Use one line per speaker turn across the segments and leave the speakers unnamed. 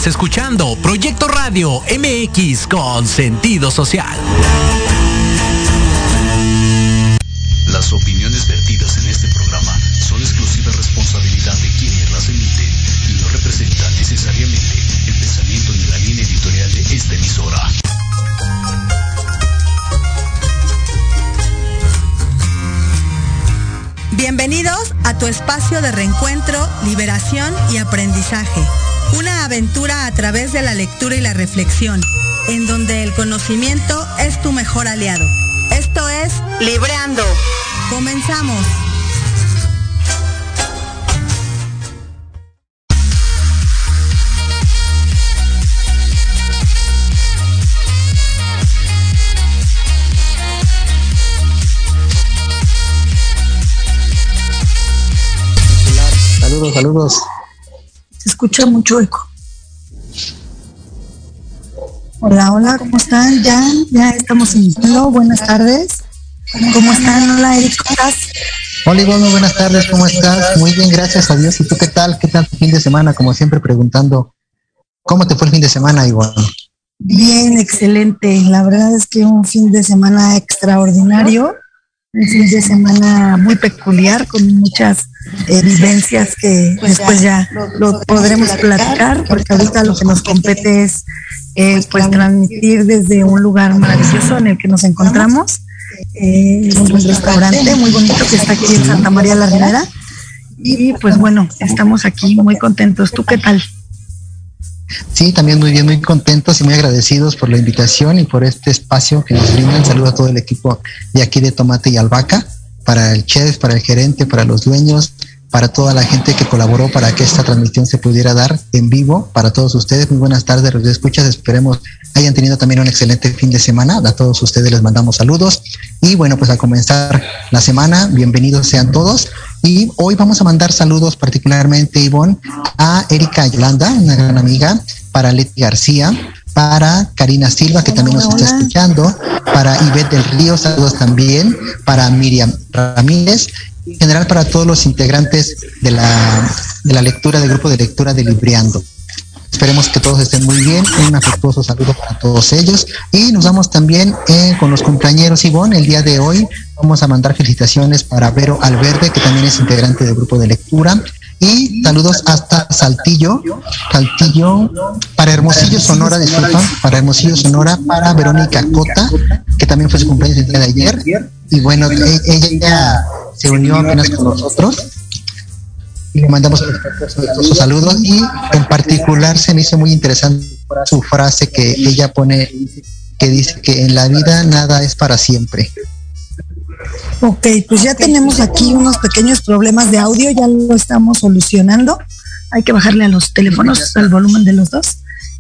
Estás escuchando Proyecto Radio MX con sentido social.
Las opiniones vertidas en este programa son exclusiva responsabilidad de quienes las emiten y no representan necesariamente el pensamiento ni la línea editorial de esta emisora.
Bienvenidos a tu espacio de reencuentro, liberación y aprendizaje. Una aventura a través de la lectura y la reflexión, en donde el conocimiento es tu mejor aliado. Esto es Libreando. Comenzamos.
Saludos.
Se escucha mucho eco. Hola, ¿cómo están? Ya estamos iniciando. Buenas tardes. ¿Cómo están? Hola, Eric, ¿cómo estás?
Hola, Ivonne, buenas tardes, ¿cómo estás? Muy bien, gracias a Dios. ¿Y tú qué tal? ¿Qué tal tu fin de semana? Como siempre preguntando, ¿cómo te fue el fin de semana, Ivonne?
Bien, excelente. La verdad es que un fin de semana extraordinario. Un fin de semana muy peculiar, con muchas vivencias que después ya lo podremos platicar, porque ahorita lo que nos compete es pues transmitir desde un lugar maravilloso en el que nos encontramos, un restaurante muy bonito que está aquí en Santa María la Ribera, y pues bueno, estamos aquí muy contentos. ¿Tú qué tal?
Sí, también muy bien, muy contentos y muy agradecidos por la invitación y por este espacio que nos brindan. Saludo a todo el equipo de aquí de Tomate y Albahaca, para el chef, para el gerente, para los dueños, para toda la gente que colaboró para que esta transmisión se pudiera dar en vivo para todos ustedes. Muy buenas tardes, los escuchas. Esperemos hayan tenido también un excelente fin de semana. A todos ustedes les mandamos saludos. Y bueno, pues a comenzar la semana, bienvenidos sean todos. Y hoy vamos a mandar saludos particularmente, Ivonne, a Erika Yolanda, una gran amiga, para Leti García, para Karina Silva, que también nos está escuchando, para Ivette del Río, saludos también, para Miriam Ramírez, en general para todos los integrantes de la lectura, del grupo de lectura de Libreando. Esperemos que todos estén muy bien. Un afectuoso saludo para todos ellos. Y nos vamos también con los compañeros, Ivonne. El día de hoy vamos a mandar felicitaciones para Vero Alverde, que también es integrante del grupo de lectura. Y saludos hasta Saltillo, para Hermosillo, Sonora, para Hermosillo, Sonora, para Verónica Cota, que también fue su cumpleaños el día de ayer. Y bueno, ella se unió apenas con nosotros. Y le mandamos sus saludos, y en particular se me hizo muy interesante su frase que ella pone, que dice que en la vida nada es para siempre.
Ok, pues ya tenemos aquí unos pequeños problemas de audio, ya lo estamos solucionando. Hay que bajarle a los teléfonos al volumen de los dos.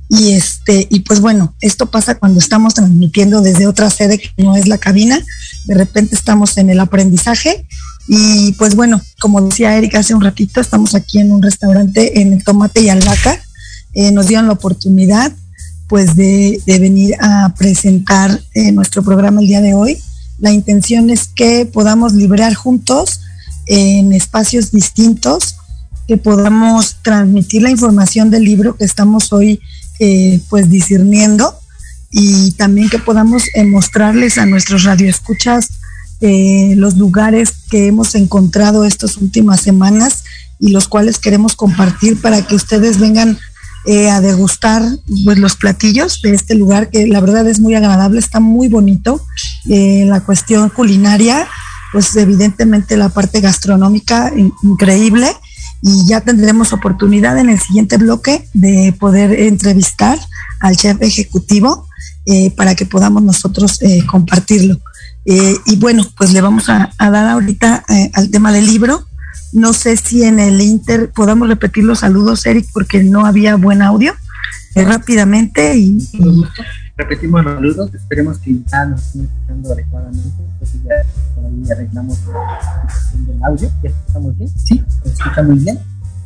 Y pues bueno, esto pasa cuando estamos transmitiendo desde otra sede que no es la cabina. De repente estamos en el aprendizaje. Y pues bueno, como decía Erika hace un ratito, estamos aquí en un restaurante en el Tomate y Albahaca. Nos dieron la oportunidad pues de venir a presentar nuestro programa el día de hoy. La intención es que podamos librar juntos en espacios distintos, que podamos transmitir la información del libro que estamos hoy pues discerniendo, y también que podamos mostrarles a nuestros radioescuchas los lugares que hemos encontrado estas últimas semanas y los cuales queremos compartir para que ustedes vengan a degustar pues los platillos de este lugar, que la verdad es muy agradable, está muy bonito. La cuestión culinaria, pues evidentemente la parte gastronómica increíble, y ya tendremos oportunidad en el siguiente bloque de poder entrevistar al chef ejecutivo para que podamos nosotros compartirlo. Y bueno, pues le vamos a dar ahorita al tema del libro. No sé si en el Inter podamos repetir los saludos, Eric, porque no había buen audio. Rápidamente y
repetimos los saludos. Esperemos que ya nos estén escuchando adecuadamente. Entonces ya por ahí arreglamos el audio. ¿Ya estamos bien? Sí, ¿se escucha muy bien?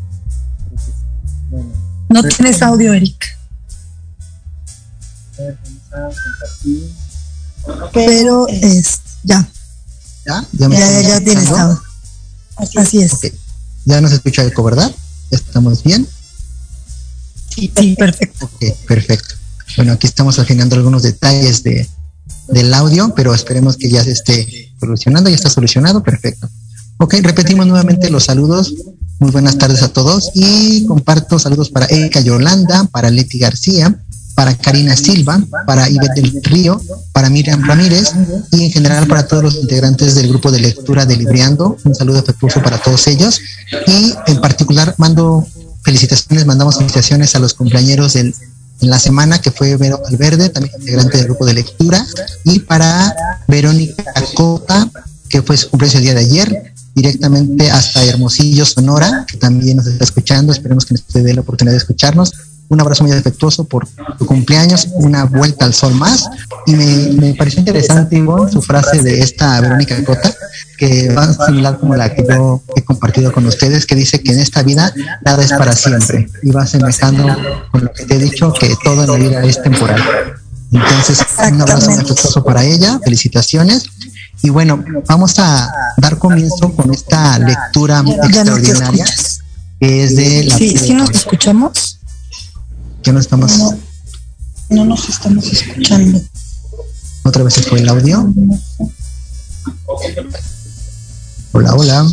Bueno, no tienes audio, Eric.
Vamos a compartir.
Pero ya tienes audio. Así es.
Okay. Ya nos escucha eco, ¿verdad? ¿Estamos bien?
Sí, perfecto.
Ok, perfecto. Bueno, aquí estamos afinando algunos detalles del audio, pero esperemos que ya se esté solucionando. Ya está solucionado, perfecto. Ok, repetimos nuevamente los saludos. Muy buenas tardes a todos y comparto saludos para Erika Yolanda, para Leti García, para Karina Silva, para Ivette del Río, para Miriam Ramírez y en general para todos los integrantes del grupo de lectura de Libriando. Un saludo afectuoso para todos ellos y en particular mandamos felicitaciones a los cumpleañeros en la semana, que fue Vero Valverde, también integrante del grupo de lectura, y para Verónica Cota, que fue su cumpleaños el día de ayer, directamente hasta Hermosillo, Sonora, que también nos está escuchando. Esperemos que nos dé la oportunidad de escucharnos. Un abrazo muy afectuoso por tu cumpleaños, una vuelta al sol más. Y me pareció interesante, Ivonne, su frase de esta Verónica Cota, que va similar como la que yo he compartido con ustedes, que dice que en esta vida nada es para siempre. Y va semejando con lo que te he dicho, que todo en la vida es temporal. Entonces, un abrazo muy afectuoso para ella. Felicitaciones. Y bueno, vamos a dar comienzo con esta lectura extraordinaria, que es de la...
Sí, nos escuchamos.
Ya no estamos...
No nos estamos escuchando.
¿Otra vez se fue el audio? Hola.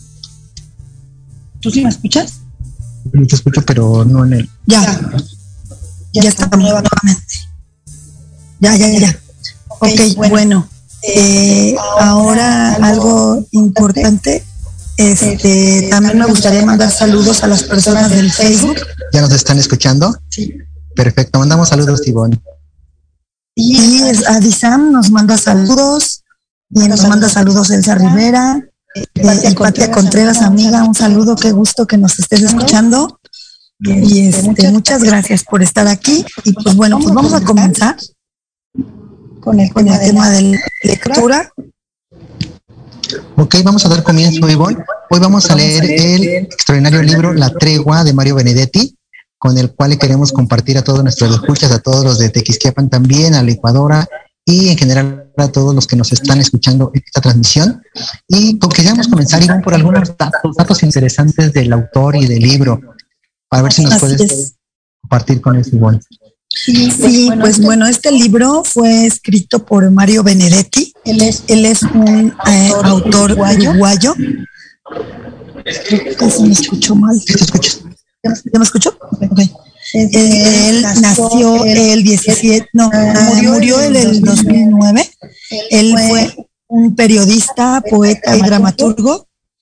¿Tú sí me escuchas?
Yo te escucho, pero no en el...
Ya estamos nuevamente. Ya. Ok, bueno. Ahora algo importante, también me gustaría mandar saludos a las personas del Facebook.
¿Ya nos están escuchando?
Sí.
Perfecto, mandamos saludos, Ivonne.
Y Adisam nos manda saludos, y nos manda saludos Elsa Rivera, Patia Contreras, amiga, un saludo, qué gusto que nos estés escuchando. Y muchas gracias por estar aquí. Y pues bueno, pues vamos a comenzar con el tema de la lectura.
Ok, vamos a dar comienzo, Ivonne. Hoy vamos a leer el extraordinario libro La Tregua de Mario Benedetti, con el cual le queremos compartir a todos nuestros escuchas, a todos los de Tequisquiapan también, a la Ecuadora y en general a todos los que nos están escuchando en esta transmisión. Y queríamos comenzar, Ivonne, por algunos datos interesantes del autor y del libro, para ver si nos puedes compartir con eso, Ivonne.
Sí, pues bueno, este libro fue escrito por Mario Benedetti. Él es un autor uruguayo. Casi me escucho mal.
¿Te escuchas?
¿Ya me escuchó? Okay. Él nació el 17, murió en el 2009. Él fue un periodista, poeta y dramaturgo.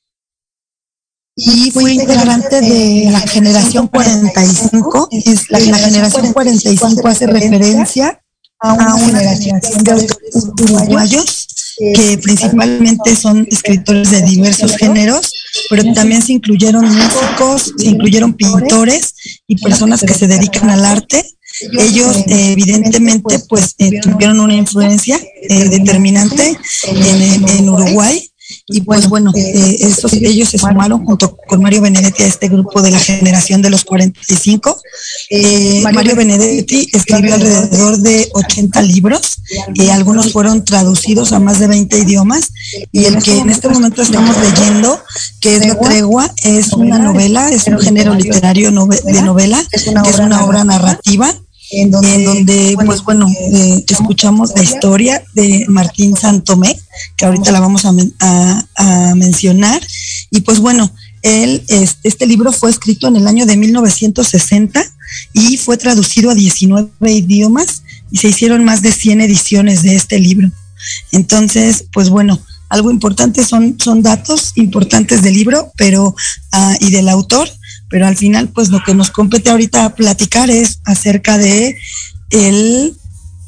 Y fue integrante de la generación 45. La generación 45 hace referencia a una generación de uruguayos que principalmente son escritores de diversos géneros, pero también se incluyeron músicos, se incluyeron pintores y personas que se dedican al arte. Ellos evidentemente pues tuvieron una influencia determinante en Uruguay. Y pues bueno, ellos se sumaron junto con Mario Benedetti a este grupo de la generación de los 45. Mario Benedetti escribió alrededor de 80 libros, y algunos fueron traducidos a más de 20 idiomas, y el que en este momento estamos leyendo, que es La Tregua, es una novela, es un género literario de novela, es una obra narrativa, en donde pues bueno, escuchamos la historia de Martín Santomé, que ahorita la vamos a mencionar. Y pues bueno, este libro fue escrito en el año de 1960 y fue traducido a 19 idiomas, y se hicieron más de 100 ediciones de este libro. Entonces, pues bueno, algo importante son datos importantes del libro, pero y del autor. Pero al final, pues lo que nos compete ahorita platicar es acerca de el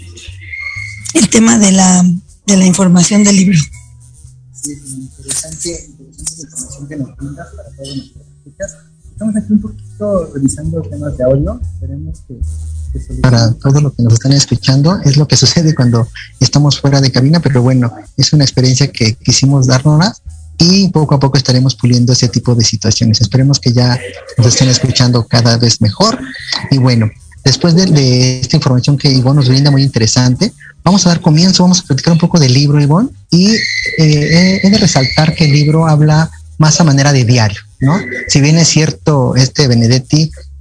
tema de la información del libro.
Sí, interesante información que nos brindas para todos nuestros escuchas. Estamos aquí un poquito revisando temas de audio. Esperemos que para todo lo que nos están escuchando es lo que sucede cuando estamos fuera de cabina, pero bueno, es una experiencia que quisimos darnos. Y poco a poco estaremos puliendo ese tipo de situaciones. Esperemos que ya nos estén escuchando cada vez mejor. Y bueno, después de esta información que Ivonne nos brinda muy interesante, vamos a dar comienzo, vamos a platicar un poco del libro, Ivonne. Y he de resaltar que el libro habla más a manera de diario, ¿no? Si bien es cierto, Benedetti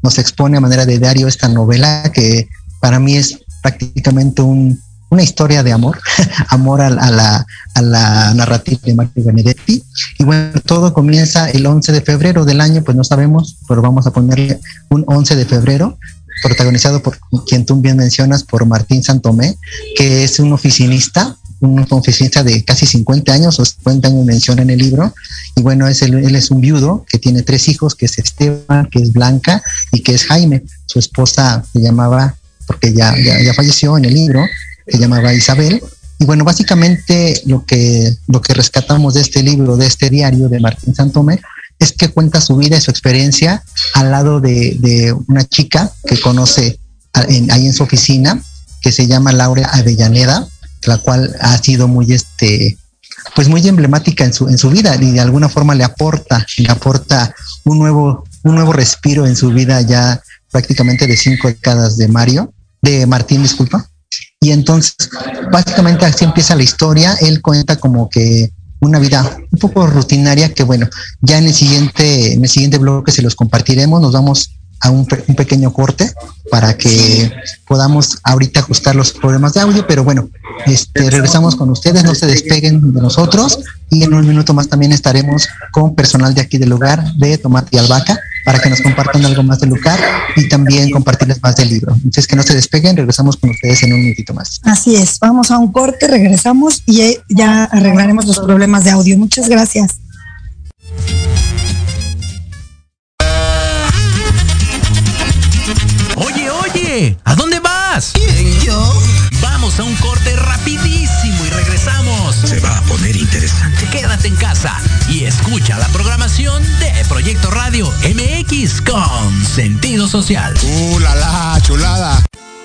nos expone a manera de diario esta novela que para mí es prácticamente una historia de amor, amor a la narrativa de Mario Benedetti. Y bueno, todo comienza el 11 de febrero del año, pues no sabemos, pero vamos a ponerle un 11 de febrero, protagonizado por quien tú bien mencionas, por Martín Santomé, que es un oficinista de casi 50 años, o 50 años menciona en el libro. Y bueno, él es un viudo que tiene 3 hijos, que es Esteban, que es Blanca y que es Jaime. Su esposa se llamaba, porque ya falleció en el libro, se llamaba Isabel. Y bueno, básicamente lo que rescatamos de este libro, de este diario de Martín Santomé, es que cuenta su vida y su experiencia al lado de una chica que conoce ahí en su oficina, que se llama Laura Avellaneda, la cual ha sido muy pues muy emblemática en su vida, y de alguna forma le aporta un nuevo respiro en su vida, ya prácticamente de 5 décadas de Martín, disculpa. Y entonces básicamente así empieza la historia. Él cuenta como que una vida un poco rutinaria, que bueno, ya en el siguiente bloque se los compartiremos. Nos vamos a un pequeño corte para que podamos ahorita ajustar los problemas de audio, pero bueno, regresamos con ustedes, no se despeguen de nosotros, y en un minuto más también estaremos con personal de aquí del lugar de Tomate y Albahaca para que nos compartan algo más del lugar y también compartirles más del libro. Entonces, que no se despeguen, regresamos con ustedes en un minutito más.
Así es, vamos a un corte, regresamos y ya arreglaremos los problemas de audio. Muchas gracias.
Oye, ¿a dónde vas?
¿Quién, yo?
Vamos a un corte rapidísimo y regresamos.
Se va a poner interesante.
Quédate en casa y escucha la programación de Proyecto Radio MX con sentido social.
La chulada.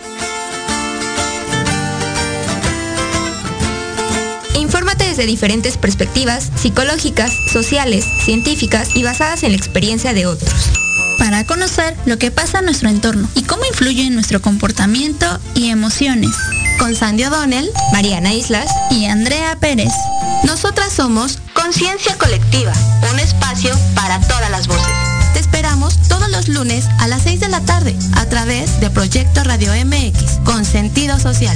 Infórmate desde diferentes perspectivas psicológicas, sociales, científicas y basadas en la experiencia de otros,
para conocer lo que pasa en nuestro entorno y cómo influye en nuestro comportamiento y emociones.
Con Sandy O'Donnell, Mariana Islas
y Andrea Pérez.
Nosotras somos Conciencia Colectiva, un espacio para todas las voces. Te esperamos todos los lunes a las 6 de la tarde a través de Proyecto Radio MX con sentido social.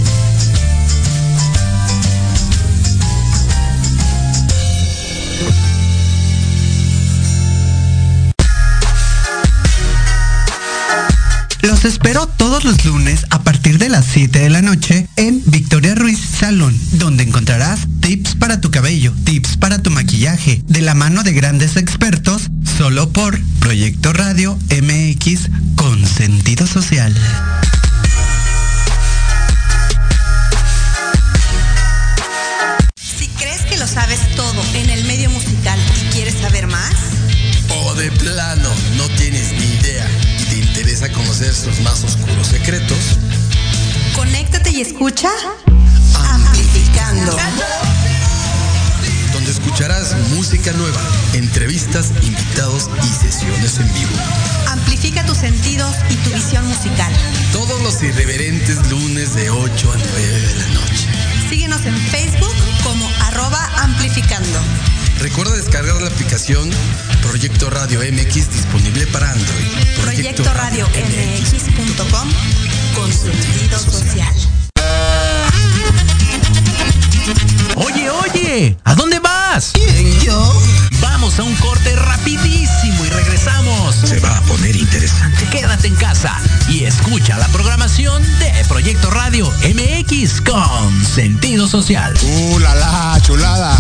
Los espero todos los lunes a partir de las 7 de la noche en Victoria Ruiz Salón, donde encontrarás tips para tu cabello, tips para tu maquillaje, de la mano de grandes expertos, solo por Proyecto Radio MX con sentido social.
Si crees que lo sabes todo en el medio musical y quieres saber más,
O de plano no tienes ni idea y te interesa conocer sus más oscuros secretos,
conéctate y escucha Amplificando,
donde escucharás música nueva, entrevistas, invitados y sesiones en vivo.
Amplifica tus sentidos y tu visión musical.
Todos los irreverentes lunes de 8 a 9 de la noche.
Síguenos en Facebook como @amplificando.
Recuerda descargar la aplicación Proyecto Radio MX disponible para Android.
Proyecto Radio MX.com con sentido social.
Oye, ¿a dónde vas?
¿Quién, yo?
Vamos a un corte rapidísimo y regresamos.
Se va a poner interesante.
Quédate en casa y escucha la programación de Proyecto Radio MX con sentido social.
La chulada.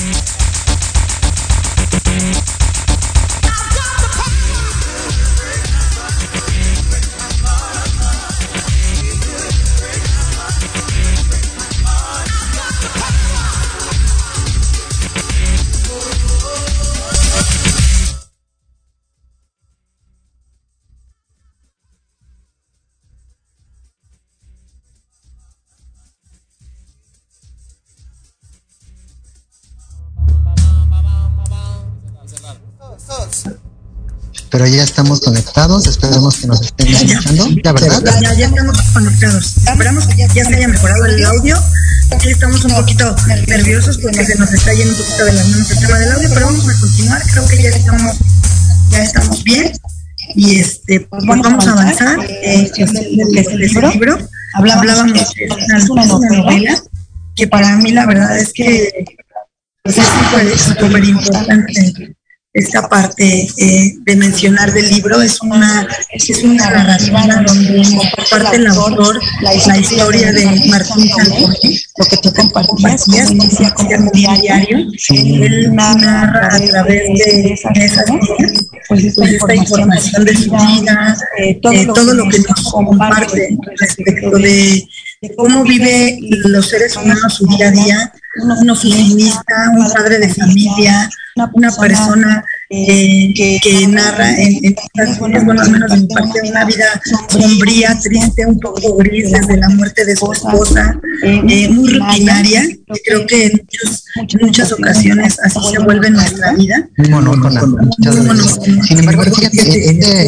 Pero ya estamos conectados, esperemos que nos estén escuchando, ¿ya verdad?
Ya estamos conectados. Esperamos que ya se haya mejorado el audio. Aquí estamos un poquito nerviosos porque se nos está yendo un poquito de las manos el tema del audio, pero vamos a continuar. Creo que ya estamos bien. y pues vamos a avanzar en ese libro. Hablábamos de una novela que para mí la verdad es que pues, es súper importante esta parte de mencionar del libro. Es una narrativa donde nos comparte el autor la historia de Martín Salomé, lo que tú compartías como diario. Él narra a través de esas líneas pues esta información de su vida, todo lo que nos comparte respecto de cómo vive los seres humanos su día a día, un oficinista, un padre de familia, una persona que narra en estas zonas, bueno, al menos en parte de una vida sombría, triste, un poco gris desde la muerte de su esposa, muy rutinaria, que creo que en muchas ocasiones así se vuelve nuestra vida.
Muy monótona. Sin embargo, fíjate,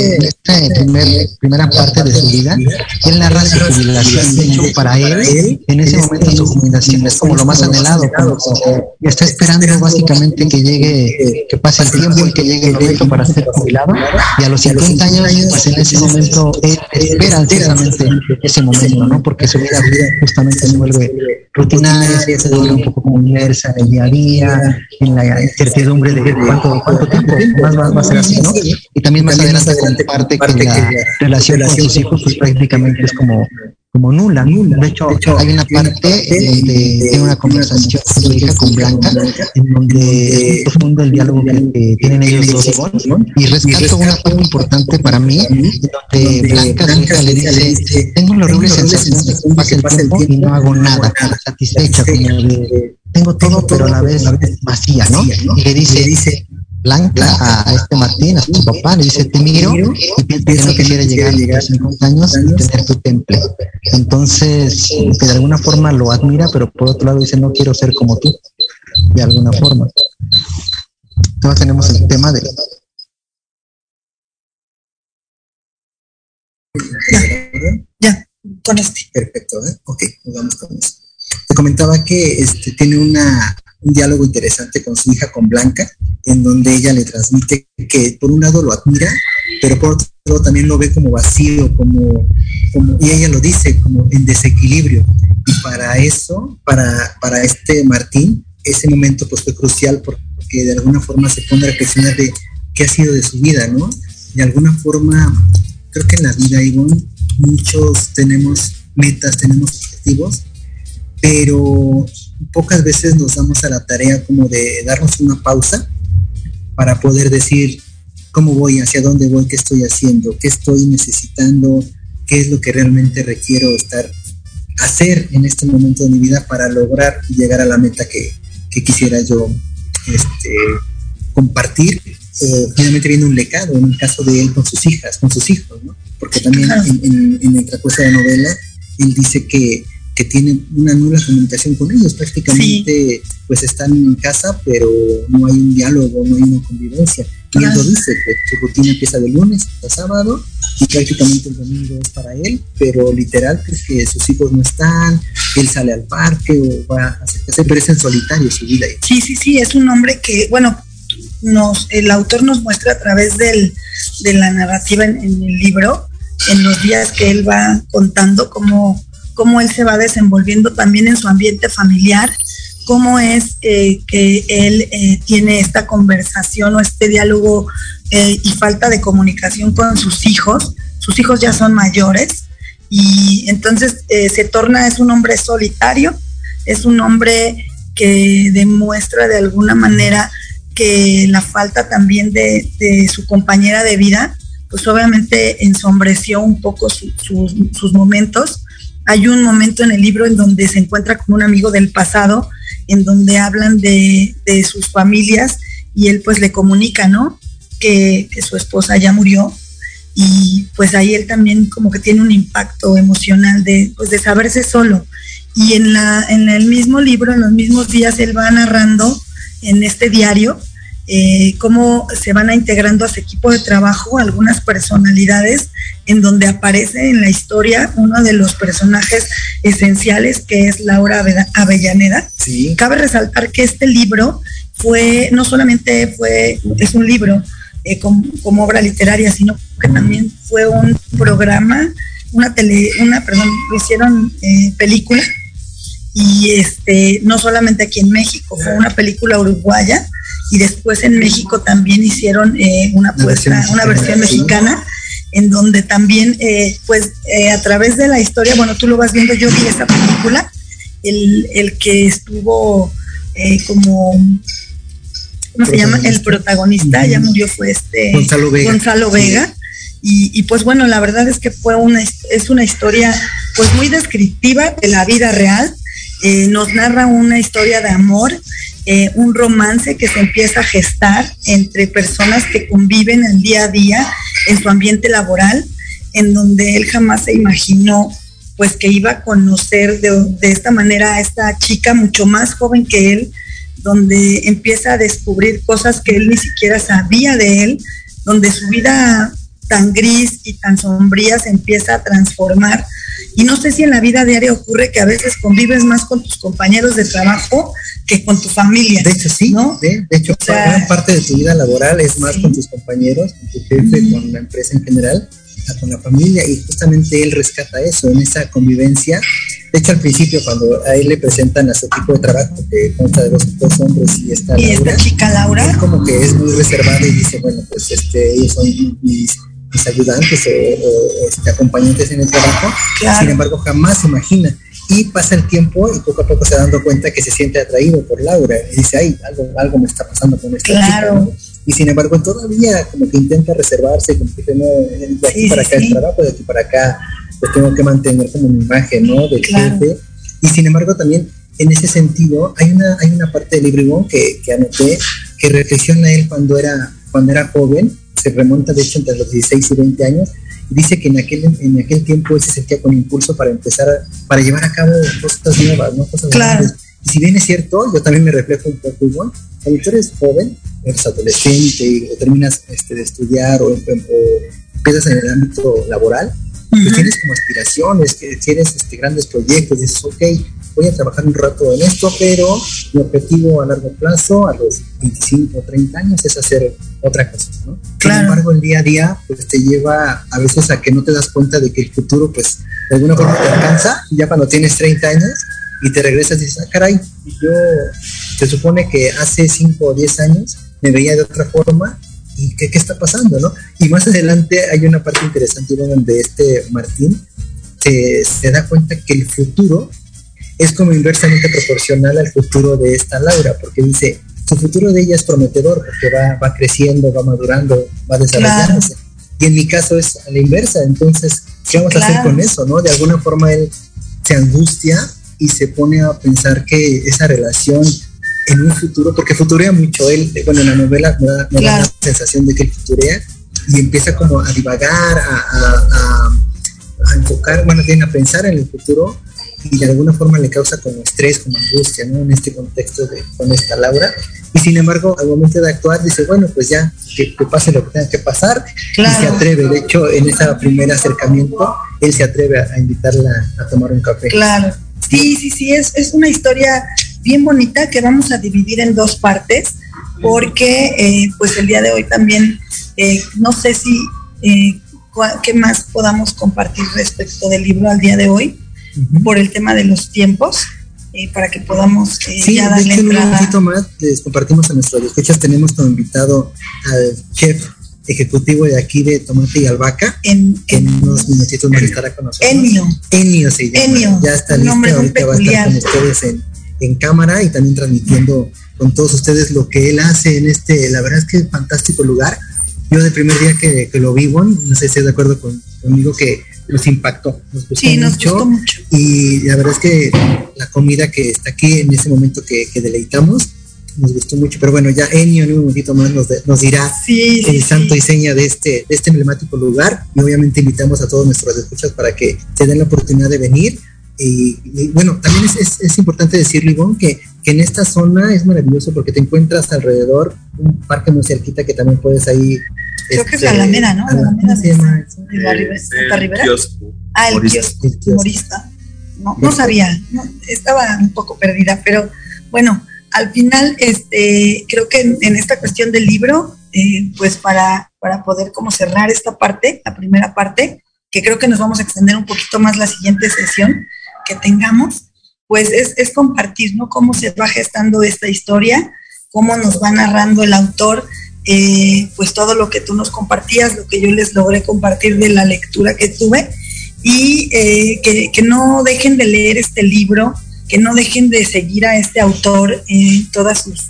en primera parte de su vida, él narra su jubilación. De hecho, para él, en ese momento su jubilación es como lo más anhelado, como está esperando básicamente que pase el tiempo y que llegue el momento para ser jubilado, y a los 50 años, pues en ese momento él espera ansiosamente ese momento, ¿no? Porque su vida justamente se vuelve rutinaria, se vuelve un poco como inmersa en el día a día, en la incertidumbre de cuánto tiempo más va a ser así, ¿no? Y también más adelante comparte que la relación con sus hijos pues prácticamente es como nula. De hecho, hay una parte donde tiene una conversación con su hija, con Blanca, en donde es profundo el diálogo que tienen ellos dos, y rescato una parte importante para mí, donde Blanca, su hija, le dice: tengo la horrible sensación de que pasa el tiempo y no hago nada, satisfecha, como de tengo todo pero a la vez vacía, ¿no? Y le dice Blanca a Martín, a su papá, le dice: te miro y pienso que no quisiera llegar a los 50 años y tener tu temple. Entonces, que de alguna forma lo admira, pero por otro lado dice: no quiero ser como tú, de alguna forma. Entonces tenemos el tema de...
Ya, con
Perfecto, ok, nos vamos con eso. Te comentaba que tiene un diálogo interesante con su hija, con Blanca, en donde ella le transmite que por un lado lo admira, pero por otro lado también lo ve como vacío, como y ella lo dice, como en desequilibrio. Y para eso, para Martín, ese momento pues fue crucial, porque de alguna forma se pone a reflexionar de qué ha sido de su vida, ¿no? De alguna forma, creo que en la vida, Ivonne, muchos tenemos metas, tenemos objetivos, pero pocas veces nos damos a la tarea como de darnos una pausa para poder decir cómo voy, hacia dónde voy, qué estoy haciendo, qué estoy necesitando, qué es lo que realmente requiero hacer en este momento de mi vida para lograr llegar a la meta que quisiera yo compartir. Finalmente viene un legado, en el caso de él con sus hijos, ¿no? Porque también en otra cosa de novela, él dice que tiene una nula comunicación con ellos, prácticamente pues están en casa, pero no hay un diálogo, no hay una convivencia. Y él lo dice, que su rutina empieza de lunes a sábado y prácticamente el domingo es para él, pero literal pues que sus hijos no están, él sale al parque o va a hacer, pero es en solitario su vida.
Sí, es un hombre que, bueno, el autor nos muestra a través de la narrativa en el libro, en los días que él va contando cómo él se va desenvolviendo también en su ambiente familiar, cómo es que él tiene esta conversación o este diálogo y falta de comunicación con sus hijos. Sus hijos ya son mayores y entonces es un hombre solitario, es un hombre que demuestra de alguna manera que la falta también de su compañera de vida, pues obviamente ensombreció un poco sus momentos. Hay un momento en el libro en donde se encuentra con un amigo del pasado, en donde hablan de sus familias y él pues le comunica, ¿no? Que su esposa ya murió, y pues ahí él también como que tiene un impacto emocional de saberse solo. Y en el mismo libro, en los mismos días, él va narrando en este diario cómo se van integrando a su equipo de trabajo algunas personalidades, en donde aparece en la historia uno de los personajes esenciales, que es Laura Avellaneda. Sí. Cabe resaltar que este libro es un libro como obra literaria, sino que también fue un programa, lo hicieron película, y no solamente aquí en México, fue una película uruguaya, y después en México también hicieron una versión mexicana, en donde también a través de la historia, bueno, tú lo vas viendo, yo vi esa película, el que estuvo ¿cómo se llama? El protagonista, ya murió, fue Gonzalo Vega. Y pues bueno, la verdad es que es una historia pues muy descriptiva de la vida real. Nos narra una historia de amor, un romance que se empieza a gestar entre personas que conviven el día a día en su ambiente laboral, en donde él jamás se imaginó pues que iba a conocer de esta manera a esta chica mucho más joven que él, donde empieza a descubrir cosas que él ni siquiera sabía de él, donde su vida tan gris y tan sombría se empieza a transformar. Y no sé si en la vida diaria ocurre que a veces convives más con tus compañeros de trabajo que con tu familia.
De hecho, sí, ¿no? De hecho, gran parte de tu vida laboral es más con tus compañeros, con tu jefe, con la empresa en general, con la familia, y justamente él rescata eso, en esa convivencia. De hecho, al principio, cuando a él le presentan a su equipo de trabajo, que consta de dos hombres y esta
chica Laura,
él como que es muy reservado y dice, bueno, pues ellos son mis ayudantes o acompañantes en el trabajo. Claro. Sin embargo, jamás se imagina. Y pasa el tiempo y poco a poco se va dando cuenta que se siente atraído por Laura. Y dice, ay, algo me está pasando con esta chica, ¿no? Y sin embargo, todavía como que intenta reservarse, como que no, de aquí para acá el trabajo, de aquí para acá, pues tengo que mantener como una imagen, ¿no? Del jefe. Y sin embargo, también en ese sentido, hay una parte del libro que anoté, que reflexiona él cuando era joven, se remonta de hecho entre los 16 y 20 años, y dice que en aquel tiempo él se sentía con impulso para para llevar a cabo cosas nuevas, ¿no? Cosas grandes. Y si bien es cierto, yo también me reflejo un poco igual, cuando tú eres joven, eres adolescente, o terminas de estudiar, o empiezas en el ámbito laboral, pues tienes como aspiraciones, que tienes grandes proyectos, dices, ok, voy a trabajar un rato en esto, pero mi objetivo a largo plazo, a los 25 o 30 años, es hacer otra cosa, ¿no? Claro. Sin embargo, el día a día pues te lleva a veces a que no te das cuenta de que el futuro pues de alguna forma te alcanza, y ya cuando tienes 30 años y te regresas y dices, caray, yo se supone que hace 5 o 10 años me veía de otra forma, y ¿qué está pasando, no? Y más adelante hay una parte interesante donde Martín se da cuenta que el futuro es como inversamente proporcional al futuro de esta Laura, porque dice, su futuro de ella es prometedor, porque va creciendo, va madurando, va desarrollándose. Claro. Y en mi caso es a la inversa. Entonces, ¿qué vamos a hacer con eso, no? De alguna forma él se angustia y se pone a pensar que esa relación en un futuro, porque futurea mucho él, bueno, en la novela me da la sensación de que él futurea y empieza como a divagar, a enfocar, bueno, tiene a pensar en el futuro, y de alguna forma le causa como estrés, como angustia, ¿no? En este contexto con esta Laura. Y sin embargo, al momento de actuar, dice, bueno, pues ya, que pase lo que tenga que pasar. Claro. Y se atreve. De hecho, en ese primer acercamiento, él se atreve a invitarla a tomar un café.
Claro. Sí, es una historia bien bonita que vamos a dividir en dos partes, porque pues el día de hoy también, no sé si, qué más podamos compartir respecto del libro al día de hoy, por el tema de los tiempos, para que podamos ya darle entrada.
Un poquito más les compartimos a nuestros escuchas. Tenemos como invitado al chef ejecutivo de aquí de Tomate y Albahaca, que en unos minutitos más estará con nosotros. Ennio se llama.
Ennio.
Ya está listo, ahorita va a estar con ustedes en cámara y también transmitiendo con todos ustedes lo que él hace en la verdad es que es fantástico lugar. Yo del primer día que lo vi, no sé si estás de acuerdo conmigo, que nos impactó, nos gustó mucho. Y la verdad es que la comida que está aquí en ese momento que deleitamos, nos gustó mucho. Pero bueno, ya Ennio en un momentito más nos dirá el santo y seña de este emblemático lugar, y obviamente invitamos a todos nuestros escuchas para que se den la oportunidad de venir. Y bueno, también es importante decirle, Ivonne, que en esta zona es maravilloso porque te encuentras alrededor un parque muy cerquita que también puedes ahí.
Creo que es la Alameda, ¿no? La Alameda
se llama.
Rivera. El kiosco. Humorista. No sabía, estaba un poco perdida, pero bueno, al final, creo que en esta cuestión del libro, pues para poder como cerrar esta parte, la primera parte, que creo que nos vamos a extender un poquito más la siguiente sesión que tengamos, pues es compartir, ¿no? Cómo se va gestando esta historia, cómo nos va narrando el autor, pues todo lo que tú nos compartías, lo que yo les logré compartir de la lectura que tuve, y que no dejen de leer este libro, que no dejen de seguir a este autor en todos sus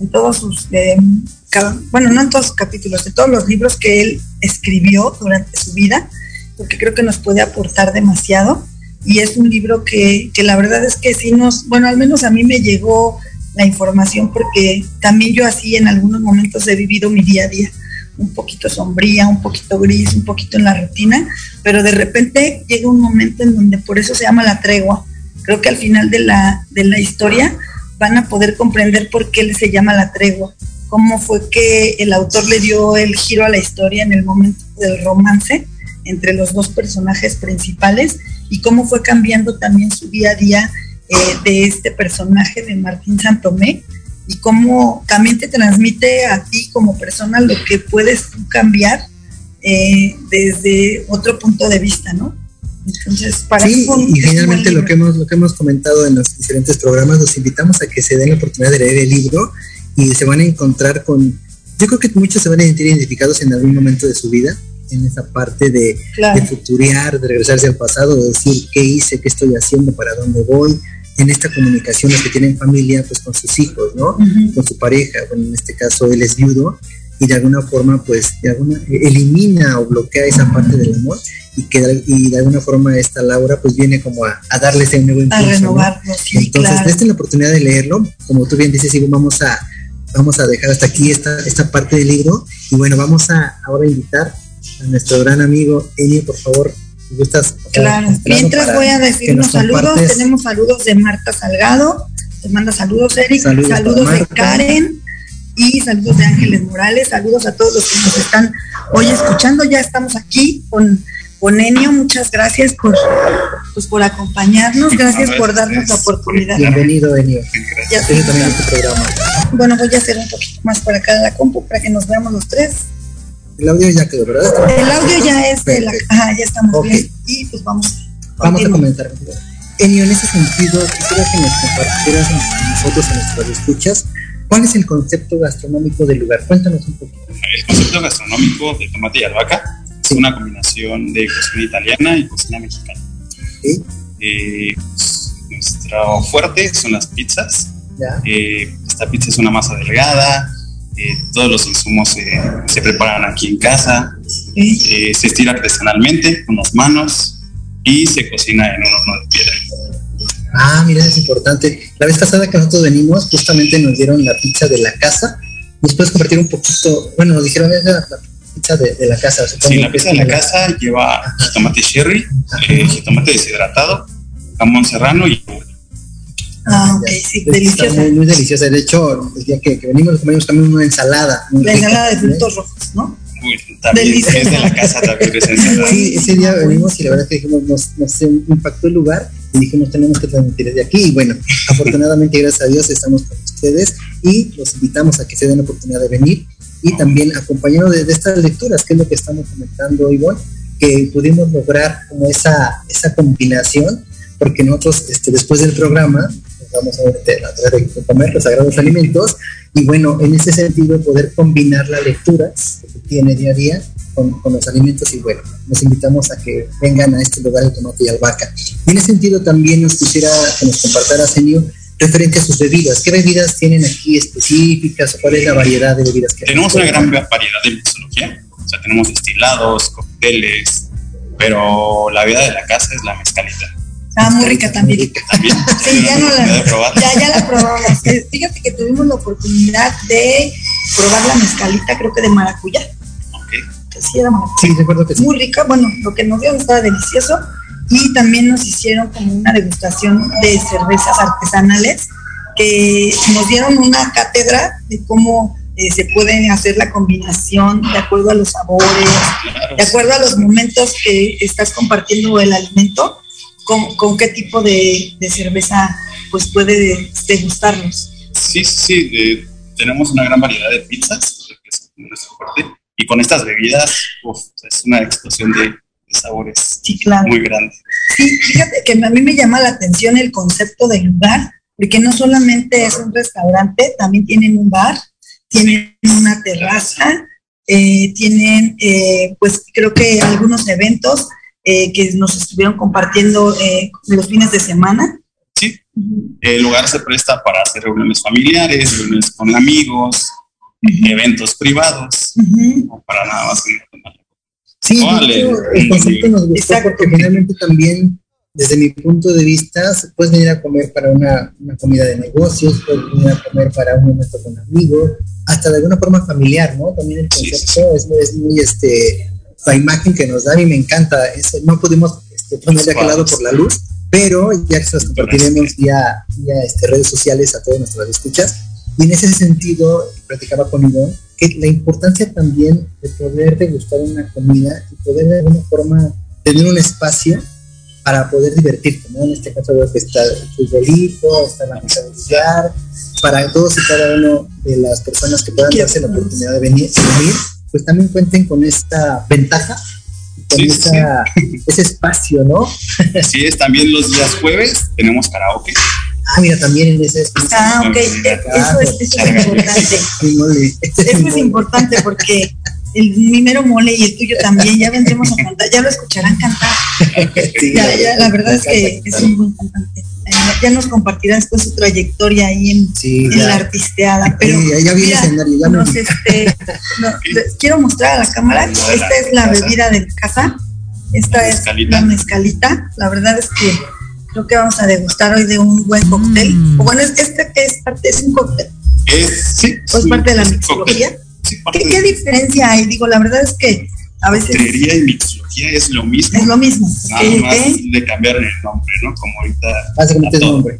bueno, no en todos sus capítulos, en todos los libros que él escribió durante su vida, porque creo que nos puede aportar demasiado, y es un libro que la verdad es que sí bueno, al menos a mí me llegó la información, porque también yo así en algunos momentos he vivido mi día a día, un poquito sombría, un poquito gris, un poquito en la rutina, pero de repente llega un momento en donde por eso se llama la tregua. Creo que al final de la historia van a poder comprender por qué se llama la tregua, cómo fue que el autor le dio el giro a la historia en el momento del romance entre los dos personajes principales, y cómo fue cambiando también su día a día de este personaje de Martín Santomé, y cómo también te transmite a ti como persona lo que puedes tú cambiar desde otro punto de vista, ¿no? Entonces,
sí, y finalmente lo que hemos comentado en los diferentes programas, los invitamos a que se den la oportunidad de leer el libro, y se van a encontrar con, yo creo que muchos se van a sentir identificados en algún momento de su vida, en esa parte de futurear, de regresarse al pasado, de decir qué hice, qué estoy haciendo, para dónde voy, en esta comunicación los que tienen familia, pues con sus hijos, ¿no? Uh-huh. Con su pareja, bueno, en este caso él es viudo, y de alguna forma pues elimina o bloquea esa parte del amor, y de alguna forma esta Laura pues viene como a darle ese nuevo impulso, a renovarlo, ¿no? Sí, entonces esta es la oportunidad de leerlo, como tú bien dices, Ivo, vamos a dejar hasta aquí esta parte del libro, y bueno, vamos a ahora invitar a nuestro gran amigo Enio, por favor. ¿Gustas?
Claro, mientras voy a decir unos saludos. Tenemos saludos de Marta Salgado, te manda saludos Eric, saludos de Karen, y saludos de Ángeles Morales, saludos a todos los que nos están hoy escuchando. Ya estamos aquí con Enio, muchas gracias por acompañarnos, gracias por darnos la oportunidad.
Bienvenido, Enio.
Gracias también a este programa. Bueno, voy a hacer un poquito más para acá de la compu para que nos veamos los tres.
El audio ya quedó, ¿verdad?
El audio ya es ya estamos bien, y pues vamos
a comenzar. Enio, en ese sentido, quisiera que nos compartieras nosotros en nuestras escuchas, ¿cuál es el concepto gastronómico del lugar? Cuéntanos un poquito.
El concepto gastronómico de Tomate y Albahaca es una combinación de cocina italiana y cocina mexicana. ¿Sí? Nuestro fuerte son las pizzas. Esta pizza es una masa delgada. Todos los insumos se preparan aquí en casa, se estira artesanalmente con las manos y se cocina en un horno de piedra.
Mira, es importante. La vez pasada que nosotros venimos, justamente nos dieron la pizza de la casa. ¿Nos puedes compartir un poquito? Bueno, nos dijeron es la pizza de la casa.
Sí, la pizza de la casa lleva jitomate cherry, jitomate deshidratado, jamón serrano y
ok, sí, deliciosa.
Está muy deliciosa. De hecho, el día que venimos comimos también una ensalada.
La ensalada de frutos rojos, ¿no?
También deliciosa. Es de la casa también.
Sí, ese día venimos y la verdad que dijimos, nos impactó el lugar, y dijimos, tenemos que transmitir desde aquí, y bueno, afortunadamente, gracias a Dios, estamos con ustedes, y los invitamos a que se den la oportunidad de venir, y también acompañarnos de estas lecturas, que es lo que estamos comentando, Ivonne, que pudimos lograr como esa combinación, porque nosotros, después del programa, vamos a ver de comer los sagrados alimentos, y bueno, en ese sentido poder combinar las lecturas que se tiene día a día con los alimentos, y bueno, nos invitamos a que vengan a este lugar de Tomate y Albahaca. Y en ese sentido también nos quisiera que nos compartara, Senio, referente a sus bebidas. ¿Qué bebidas tienen aquí específicas, o cuál es la variedad de bebidas que
tenemos? Una gran variedad de mixología, o sea, tenemos destilados, cócteles, pero la bebida de la casa es la mezcalita.
Muy rica también. Sí, ya la probamos. Fíjate que tuvimos la oportunidad de probar la mezcalita, creo que de maracuyá. Sí, era maracuyá.
Sí, recuerdo que sí.
Muy rica, bueno, lo que nos dieron estaba delicioso, y también nos hicieron como una degustación de cervezas artesanales, que nos dieron una cátedra de cómo se puede hacer la combinación de acuerdo a los sabores, de acuerdo a los momentos que estás compartiendo el alimento. Con qué tipo de cerveza pues puede degustarnos.
Sí, tenemos una gran variedad de pizzas, que es nuestro fuerte, y con estas bebidas, es una explosión de sabores muy grande.
Sí, fíjate que a mí me llama la atención el concepto del lugar, porque no solamente es un restaurante, también tienen un bar, tienen una terraza, tienen pues creo que algunos eventos que nos estuvieron compartiendo los fines de semana.
Sí, el lugar se presta para hacer reuniones familiares, reuniones con amigos, eventos privados, o para nada más.
Sí, el concepto nos gustó porque finalmente también, desde mi punto de vista, puedes venir a comer para una comida de negocios, puedes venir a comer para un momento con amigos, hasta de alguna forma familiar, ¿no? También el concepto es muy, la imagen que nos da, a mí me encanta, no pudimos poner de aquel lado por la luz, pero ya que se las compartiremos vía redes sociales a todos nuestros escuchas, y en ese sentido, platicaba con Ivonne, que la importancia también de poder degustar una comida y poder de alguna forma tener un espacio para poder divertirte, ¿no? En este caso veo que está el futbolito, está la mesa de billar, para todos y cada uno de las personas que puedan darse la oportunidad de venir, pues también cuenten con esta ventaja, con ese espacio, ¿no?
Así es, también los días jueves tenemos karaoke.
Mira, también en ese espacio.
Ok, eso es importante. Eso es importante porque mi mero mole y el tuyo también, ya vendremos a cantar, ya lo escucharán cantar. Ya, la verdad es que es un buen cantante. Ya nos compartirá después su trayectoria ahí en la artisteada. Pero
ya vi el escenario,
quiero mostrar a la cámara. Esta es la bebida de casa. Esta es la mezcalita. La verdad es que creo que vamos a degustar hoy de un buen cóctel. O bueno, es un cóctel. Es parte de la mixología. ¿Qué diferencia hay? Digo, la verdad es que a veces...
Coctelería y mixología es lo mismo.
Es lo mismo.
Nada más de cambiar el nombre, ¿no? Como ahorita...
Básicamente es nombre.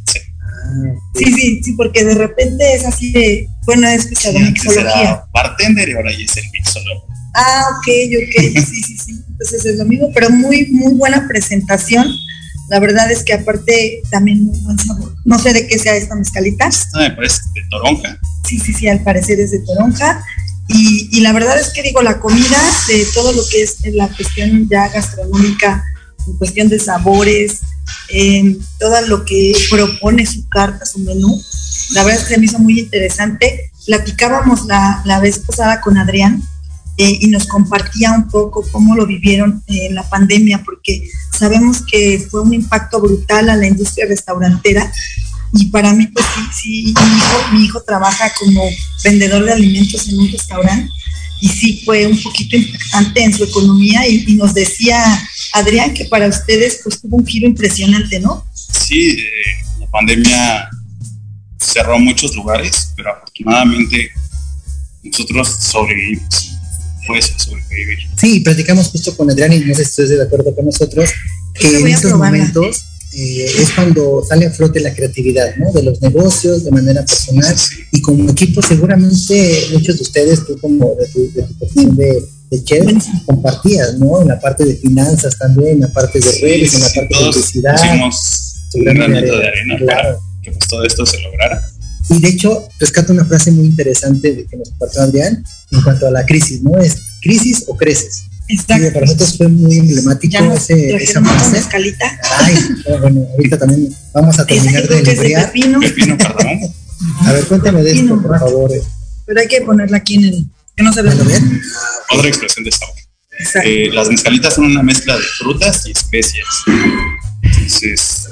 Sí, porque de repente es así de... Bueno, he escuchado mixología.
Era bartender y ahora ya es el mixólogo.
Ok. Sí. Entonces es lo mismo, pero muy, muy buena presentación. La verdad es que aparte también muy buen sabor. No sé de qué sea esta mezcalita.
Me parece de toronja.
Sí, al parecer es de toronja. Y la verdad es que digo, la comida, de todo lo que es la cuestión ya gastronómica, en cuestión de sabores, todo lo que propone su carta, su menú, la verdad es que se me hizo muy interesante. Platicábamos la vez pasada con Adrián y nos compartía un poco cómo lo vivieron en la pandemia, porque sabemos que fue un impacto brutal a la industria restaurantera. Y para mí, pues sí, mi hijo trabaja como vendedor de alimentos en un restaurante y sí fue un poquito impactante en su economía y nos decía Adrián que para ustedes pues tuvo un giro impresionante, ¿no?
Sí, la pandemia cerró muchos lugares, pero afortunadamente nosotros sobrevivimos. Sobrevivir.
Sí, platicamos justo con Adrián y no sé si estás de acuerdo con nosotros, que en estos momentos es cuando sale a flote la creatividad, ¿no? De los negocios, de manera personal, y como equipo seguramente muchos de ustedes, tú como de tu profesión de chef, compartías, ¿no? En la parte de finanzas también, en la parte de redes, en la parte de publicidad.
Pusimos un granito de arena para que pues todo esto se lograra.
Y de hecho, rescato una frase muy interesante de que nos compartió Adrián en cuanto a la crisis, ¿no? Es crisis o creces.
Exacto.
Y para nosotros fue muy emblemático esa frase.
Escalita.
Bueno, ahorita también vamos a terminar de librear.
Pepino cardamomo.
A ver, cuéntame de esto, por favor.
Pero hay que ponerla aquí en el... que no se vea.
Otra expresión de sabor. Las mezcalitas son una mezcla de frutas y especias. Entonces,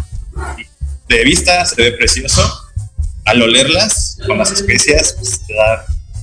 de vista se ve precioso. Al olerlas con las especias, pues te da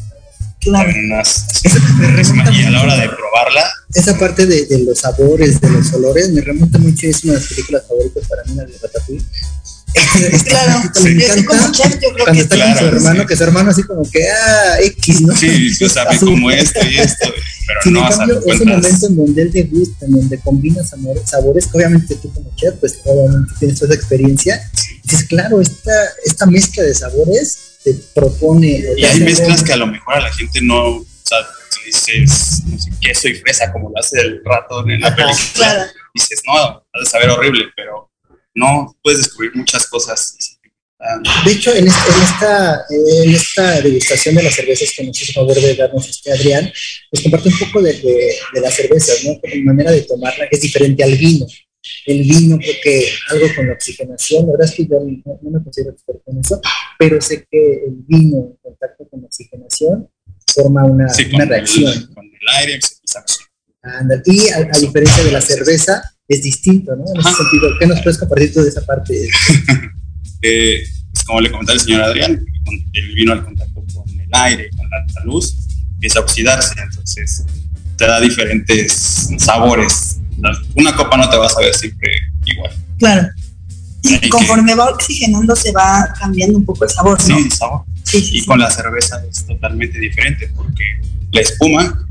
unas... Y a la hora de probarla...
Esa parte de los sabores, de los olores, me remonta mucho, es una de las películas favoritas para mí, la de Ratatouille.
Claro, me encanta como chef, yo creo
cuando está con su hermano, que su hermano así como que, X, ¿no?
Sí, o sabe como esto y esto, pero
sin
no,
en cambio, ese momento en donde él degusta, en donde combina sabores, que obviamente tú como chef, pues obviamente tienes toda esa experiencia, dices, claro, esta mezcla de sabores te propone...
Y hay mezclas que a lo mejor a la gente no, o sea, dices, no sé, queso y fresa, como lo hace el ratón en la película, claro. Dices, no, ha de saber horrible, pero no, puedes descubrir muchas cosas
De hecho, en esta degustación de las cervezas que nos hizo favor de darnos Adrián, nos comparte un poco de las cervezas, ¿no? Como manera de tomarla, que es diferente al vino. El vino, creo que algo con la oxigenación, la verdad es que yo no me considero experto en eso, pero sé que el vino en contacto con la oxigenación forma una reacción.
Con el aire se empieza a oxigenar.
Y a diferencia de la cerveza, es distinto, ¿no? En ese sentido, ¿qué nos puedes compartir tú de esa parte?
Pues como le comentaba el señor Adrián, el vino al contacto con el aire, con la luz, empieza a oxidarse, entonces te da diferentes sabores. Una copa no te va a saber siempre igual.
Claro. Y conforme va oxigenando se va cambiando un poco el sabor, ¿no?
Sí, el sabor. Sí. Con la cerveza es totalmente diferente porque la espuma,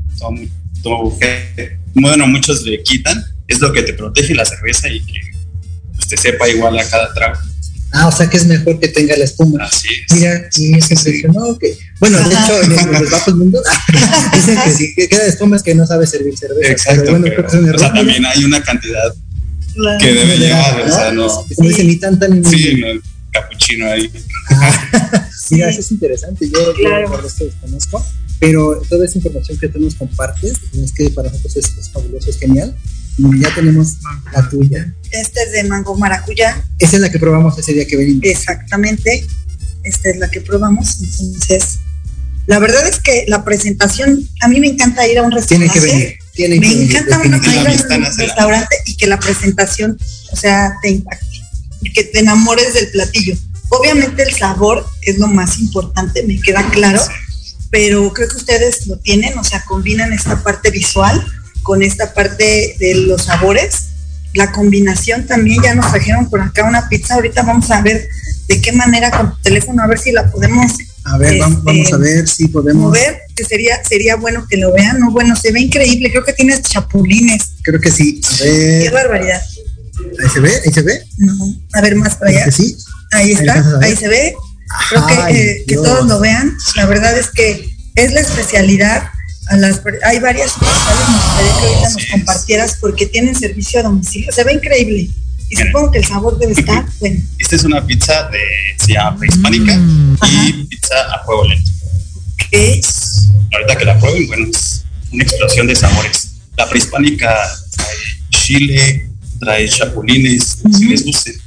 muchos le quitan, es lo que te protege la cerveza y que pues, te sepa igual a cada trago.
O sea que es mejor que tenga la espuma.
Así es.
Mira, y me impresionó que, bueno, de hecho, en los bajos mundos dicen que si queda de espuma es que no sabe servir cerveza.
Exacto,
pero bueno, creo que es un error.
O sea, también hay una cantidad que debe llegar,
¿no?
O sea, no.
Como dicen, ni tanta ni.
Sí, no, capuchino ahí.
Mira, eso es interesante. Yo por esto desconozco, pero toda esa información que tú nos compartes, es que para nosotros es fabuloso, es genial. Y ya tenemos la tuya.
Esta es de mango maracuyá.
Esa es la que probamos ese día que venimos.
Exactamente, esta es la que probamos. Entonces, la verdad es que la presentación, a mí me encanta ir a un restaurante.
Tiene que venir.
Me encanta ir a un restaurante y que la presentación, o sea, te impacte y que te enamores del platillo. Obviamente el sabor es lo más importante, me queda claro, pero creo que ustedes lo tienen, o sea, combinan esta parte visual con esta parte de los sabores. La combinación también, ya nos trajeron por acá una pizza, ahorita vamos a ver de qué manera con tu teléfono, a ver si la podemos
vamos a ver si podemos
mover, que sería bueno que lo vean. No, bueno, se ve increíble, creo que tienes chapulines.
Creo que sí, a ver.
Qué barbaridad.
¿Ahí se ve?
No, a ver más para allá.
Sí.
Ahí está, ahí se ve. Creo que todos lo vean. La verdad es que es la especialidad. Hay varias sucursales, me gustaría que ahorita nos compartieras porque tienen servicio a domicilio. Se ve increíble. Y supongo que el sabor debe estar bueno.
Esta es una pizza se llama prehispánica y pizza a fuego lento.
Okay.
Ahorita que la prueben, bueno, es una explosión de sabores. La prehispánica trae chile, trae chapulines, si les guste,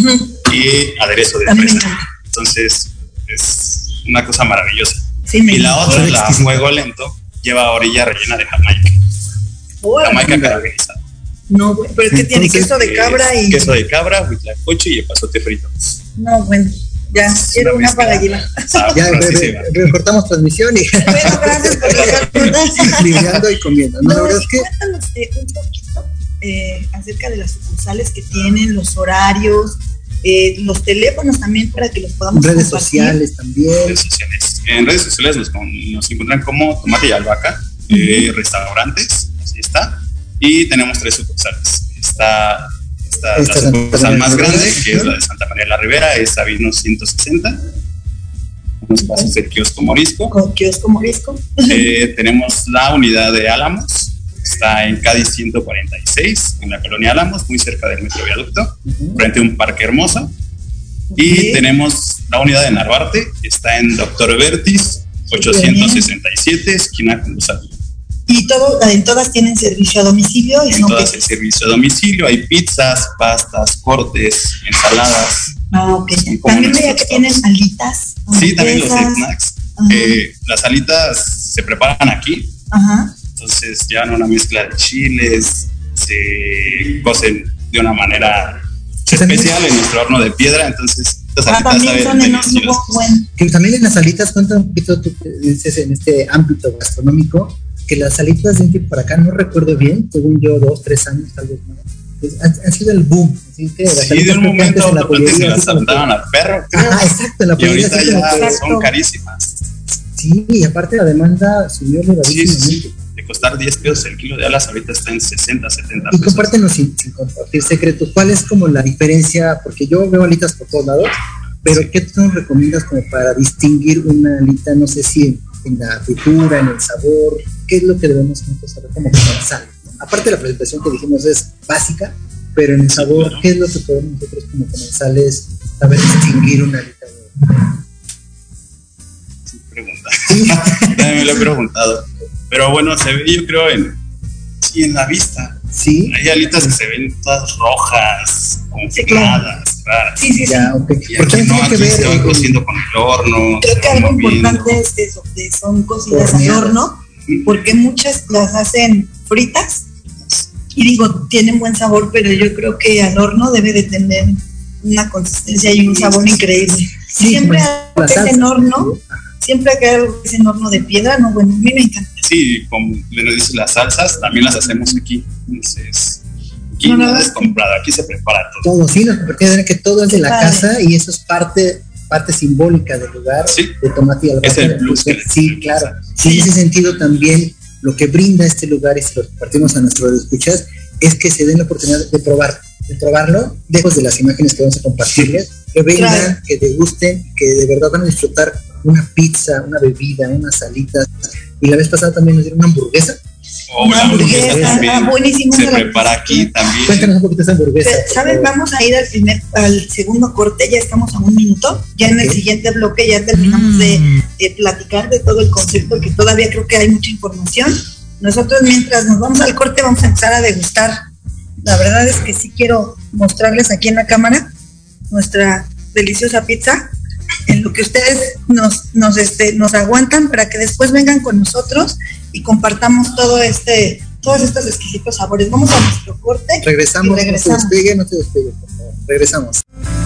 y aderezo de fresa. Entonces, es una cosa maravillosa.
Sí,
y la otra, la a fuego lento, lleva orilla rellena de Jamaica. Jamaica caramelizada.
No, pero ¿qué tiene? Queso de cabra y...
Queso de cabra, huitlacoche y epazote frito.
No, bueno, ya, quiero una para llevar.
Ya, recortamos transmisión y...
Bueno, gracias por
equilibrando y comiendo. No, la verdad es que...
Cuéntanos un poquito acerca de las sucursales que tienen, los horarios, los teléfonos también para que los podamos
redes
compartir.
Sociales también.
En redes sociales nos encuentran como Tomate y Albahaca, restaurantes, así está. Y tenemos 3 sucursales. Está la sucursal más grande, que es la de Santa María de la Ribera, es Sabino 160, unos pasos del kiosco Morisco.
Con kiosco Morisco.
Tenemos la unidad de Álamos, está en Cádiz 146, en la colonia Álamos, muy cerca del Metro Viaducto, frente a un parque hermoso. Y tenemos la unidad de Narvarte, que está en Doctor Vertis 867, esquina con Luz Azul.
Y en todas tienen servicio a domicilio.
En todas hay servicio a domicilio, hay pizzas, pastas, cortes, ensaladas.
Ok. También veía que tienen alitas.
Sí, también los snacks. Las alitas se preparan aquí. Entonces llevan una mezcla de chiles, se cocen de una manera especial en nuestro horno de piedra. Entonces estas alitas saben deliciosas.
Que también en las alitas, cuenta un poquito, tú dices en este ámbito gastronómico, que las alitas de un tiempo para acá, no recuerdo bien, según yo, 2, 3 años tal vez más, pues, ha sido el boom. Así que
de un momento a otro antes se las saltaban al perro.
Exacto, en la
pollería. Y ahorita ya son carísimas.
Sí, y aparte la demanda subió elevadísimamente.
Sí. De costar 10 pesos el kilo de alas, ahorita está en 60, 70 pesos.
Y compártenos sin compartir secretos, ¿cuál es como la diferencia? Porque yo veo alitas por todos lados, pero ¿qué tú nos recomiendas como para distinguir una alita, no sé si en la fritura, en el sabor? ¿Qué es lo que debemos saber como comensal? Aparte de la presentación que dijimos es básica, pero en el sabor, ¿qué es lo que podemos nosotros como comensales saber distinguir una alita de otra.
Sí, pregunta. También me lo he preguntado. Pero bueno, se ve, yo creo, en la vista.
Sí.
Hay alitas que se ven todas rojas, confirmadas, raras.
Sí.
Ya, okay.
Porque no, aquí se van cociendo con el horno.
Creo que algo importante es eso, que son cocidas al horno, porque muchas las hacen fritas y digo, tienen buen sabor, pero yo creo que al horno debe de tener una consistencia y un sabor increíble.
Sí,
siempre es en horno, siempre que algo es en horno de piedra, no, bueno, a mí me encanta.
Sí, como le dice, las salsas también las hacemos aquí. Entonces, aquí nada es comprado, aquí se prepara todo.
Todo, sí, nos convertimos en que todo es de la casa y eso es parte simbólica del lugar,
sí,
de Tomate y Albahaca.
Es el plus que
sí, claro. Sí, en ese sentido también lo que brinda este lugar, y si lo compartimos a nuestros escuchas, es que se den la oportunidad de probarlo, lejos de las imágenes que vamos a compartirles, que vengan, claro, que degusten, que de verdad van a disfrutar una pizza, una bebida, unas salitas. Y la vez pasada también nos dieron una hamburguesa.
Una hamburguesa buenísima.
Se prepara aquí también.
Cuéntanos un poquito esa hamburguesa.
¿Sabes? Vamos a ir al segundo corte, ya estamos a 1 minuto. Ya en el siguiente bloque ya terminamos de platicar de todo el concepto, que todavía creo que hay mucha información. Nosotros, mientras nos vamos al corte, vamos a empezar a degustar. La verdad es que sí quiero mostrarles aquí en la cámara nuestra deliciosa pizza, en lo que ustedes nos aguantan para que después vengan con nosotros y compartamos todos estos exquisitos sabores. Vamos a nuestro corte.
Regresamos. No te despegue, por favor. Regresamos.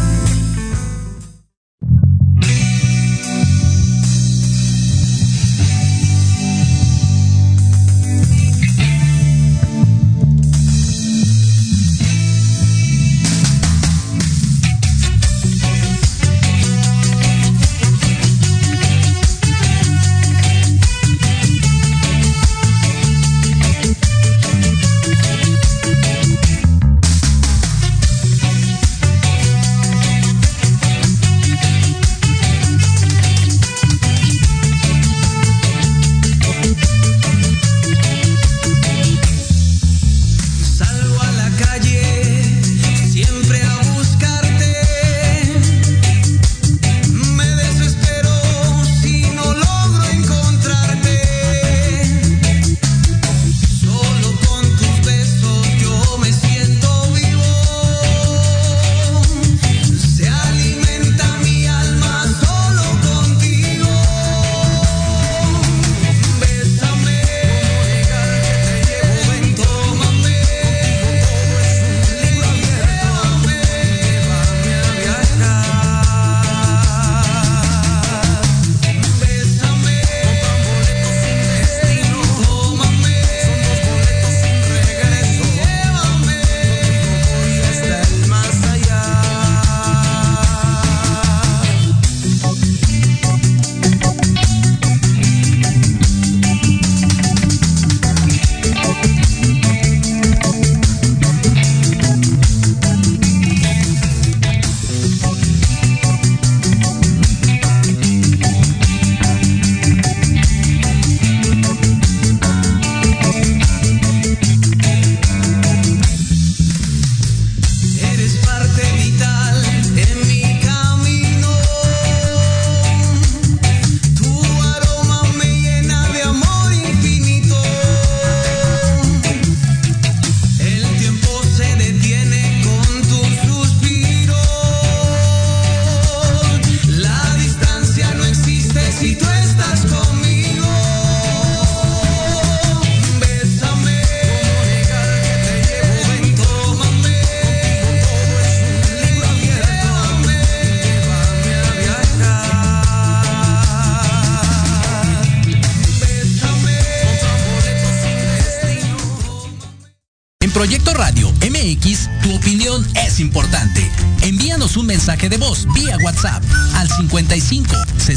Proyecto Radio MX, tu opinión es importante. Envíanos un mensaje de voz vía WhatsApp al 55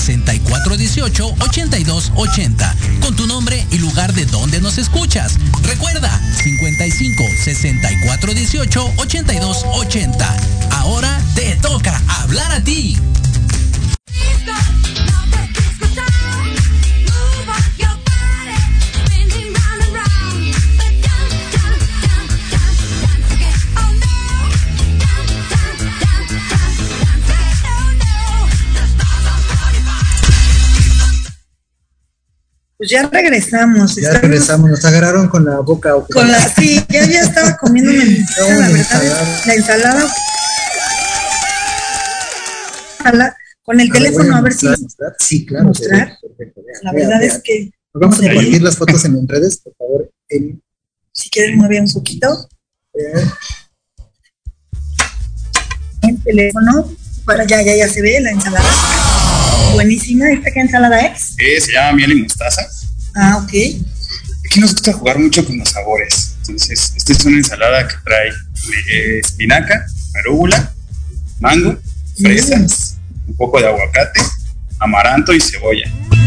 64 18 82 80 con tu nombre y lugar de donde nos escuchas. Recuerda, 55 64 18 82 80. Ahora te toca hablar a ti.
ya regresamos.
Ya regresamos, nos agarraron con la boca ocupada.
Sí, ya estaba comiendo una la verdad, la ensalada. Con el teléfono, a ver si...
Sí, claro.
Mostrar.
Perfecto.
La verdad es que...
Nos vamos a compartir las fotos en redes, por favor.
Si quieres, mueve un poquito. El teléfono, para ya se ve la ensalada. Buenísima. ¿Esta qué ensalada es?
Se llama miel y mostaza.
Ok.
Aquí nos gusta jugar mucho con los sabores. Entonces, esta es una ensalada que trae espinaca, arúgula, mango, fresas, un poco de aguacate, amaranto y cebolla.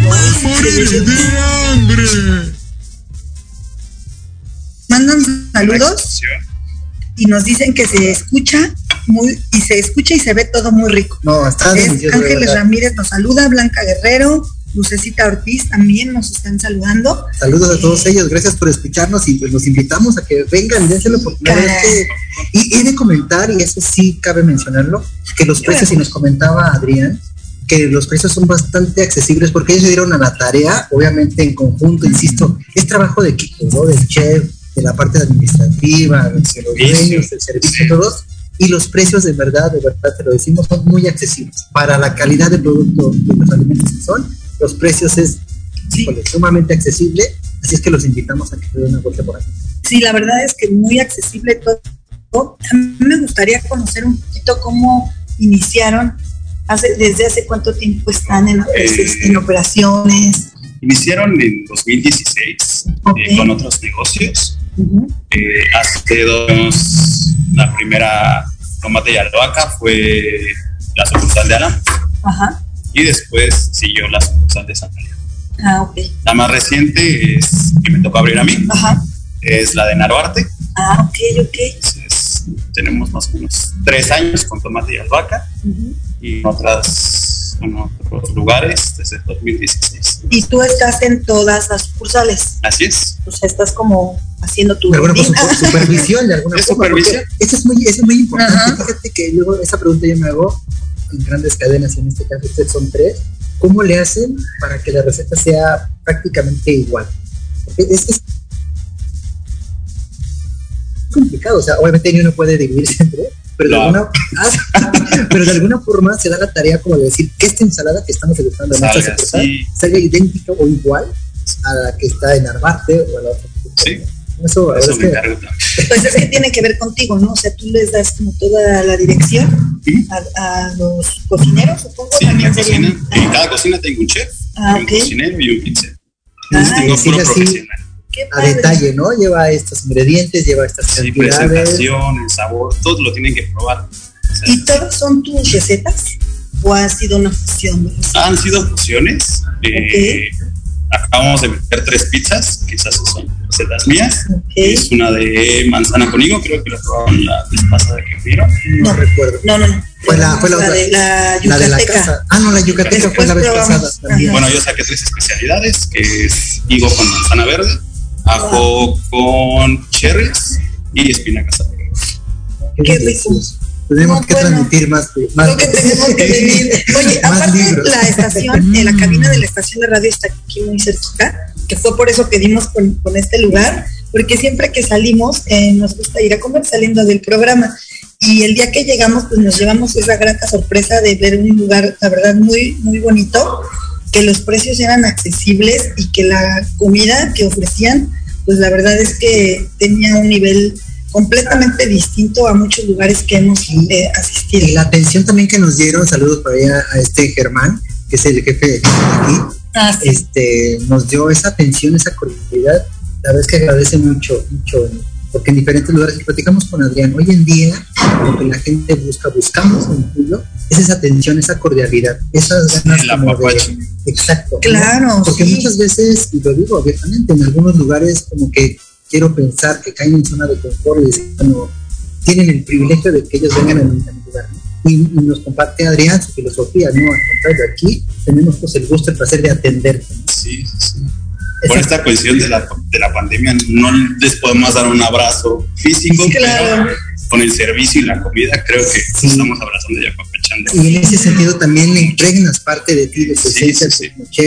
Mandan saludos y nos dicen que se escucha y se ve todo muy rico.
No, está delicioso.
Ángeles Ramírez nos saluda, Blanca Guerrero, Lucecita Ortiz también nos están saludando.
Saludos a todos ellos, gracias por escucharnos y pues los invitamos a que vengan, dense la oportunidad. Y he de comentar, y eso sí cabe mencionarlo, que los precios, y nos comentaba Adrián, que los precios son bastante accesibles porque ellos se dieron a la tarea, obviamente en conjunto, insisto, es trabajo de equipo, ¿no? Del chef, de la parte administrativa, de los dueños, del servicio, todos, y los precios de verdad te lo decimos, son muy accesibles. Para la calidad de producto de los alimentos que son, los precios es sumamente accesible, así es que los invitamos a que se den una vuelta por aquí.
Sí, la verdad es que muy accesible todo. A mí me gustaría conocer un poquito cómo iniciaron, desde hace cuánto tiempo están en operaciones.
Iniciaron en 2016 con otros negocios. Hace 2 años la primera Tomate y Albahaca fue la sucursal de Alam. Y después siguió la sucursal de Santa María. La más reciente es que me tocó abrir a mí. Es la de Narvarte. Entonces, tenemos más o menos 3 años con Tomate y Albahaca y en otros lugares desde 2016.
¿Y tú estás en todas las sucursales?
Así es.
O sea, estás como haciendo tu
supervisión de alguna forma. Eso es muy importante. Fíjate que luego esa pregunta yo me hago en grandes cadenas, y en este caso ustedes son 3. ¿Cómo le hacen para que la receta sea prácticamente igual? Porque es complicado, o sea, obviamente uno puede dividirse entre, pero de alguna forma se da la tarea como de decir que esta ensalada que estamos degustando en esta sucursal salga idéntica o igual a la que está en Narvarte o a la otra.
Sí.
Eso
me encargo también.
Pues es que tiene que ver contigo, ¿no? O sea, tú les das como toda la dirección a los cocineros, supongo.
Sí, en la cocina. En cada cocina tengo un chef, un cocinero y un pincel. Entonces tengo puro profesional.
A detalle, ¿no? Lleva estos ingredientes, lleva estas cantidades.
Presentación, el sabor, todo lo tienen que probar.
O sea, ¿y todas son tus recetas? ¿O ha sido una fusión?
Han sido fusiones. Acabamos de meter 3 pizzas, que esas son recetas mías. Es una de manzana con higo, creo que la probaron la vez pasada que vieron.
No recuerdo.
No.
Fue la otra.
La
de la casa. No, la yucateca fue la vez pasada también.
Bueno, yo saqué 3 especialidades, que es higo con manzana verde, ajo con cherries y espinacas.
Qué rico.
Tenemos que transmitir más.
Creo que tenemos que venir. Oye, aparte la estación, la cabina de la estación de radio está aquí muy cerquita, que fue por eso que dimos con este lugar, porque siempre que salimos nos gusta ir a comer saliendo del programa. Y el día que llegamos, pues nos llevamos esa grata sorpresa de ver un lugar, la verdad, muy, muy bonito, que los precios eran accesibles y que la comida que ofrecían, pues la verdad es que tenía un nivel completamente distinto a muchos lugares que hemos asistido.
Y la atención también que nos dieron, saludos para allá a Germán, que es el jefe de aquí, nos dio esa atención, esa cordialidad, la verdad es que agradece mucho, porque en diferentes lugares que platicamos con Adrián, hoy en día lo que la gente buscamos en Julio, es esa atención, esa cordialidad, esas ganas como de... Exacto.
Claro,
¿no? Porque muchas veces, y lo digo abiertamente, en algunos lugares como que quiero pensar que caen en zona de confort y bueno, tienen el privilegio de que ellos vengan a mi lugar, ¿no? Y nos comparte Adrián su filosofía, ¿no? Al contrario, aquí tenemos pues el gusto, el placer de atender.
Sí. Por esta cuestión de la pandemia no les podemos dar un abrazo físico, pero con el servicio y la comida creo que estamos abrazando y apapachando.
Y en ese sentido también le impregnas parte de ti, de tu esencia como chef,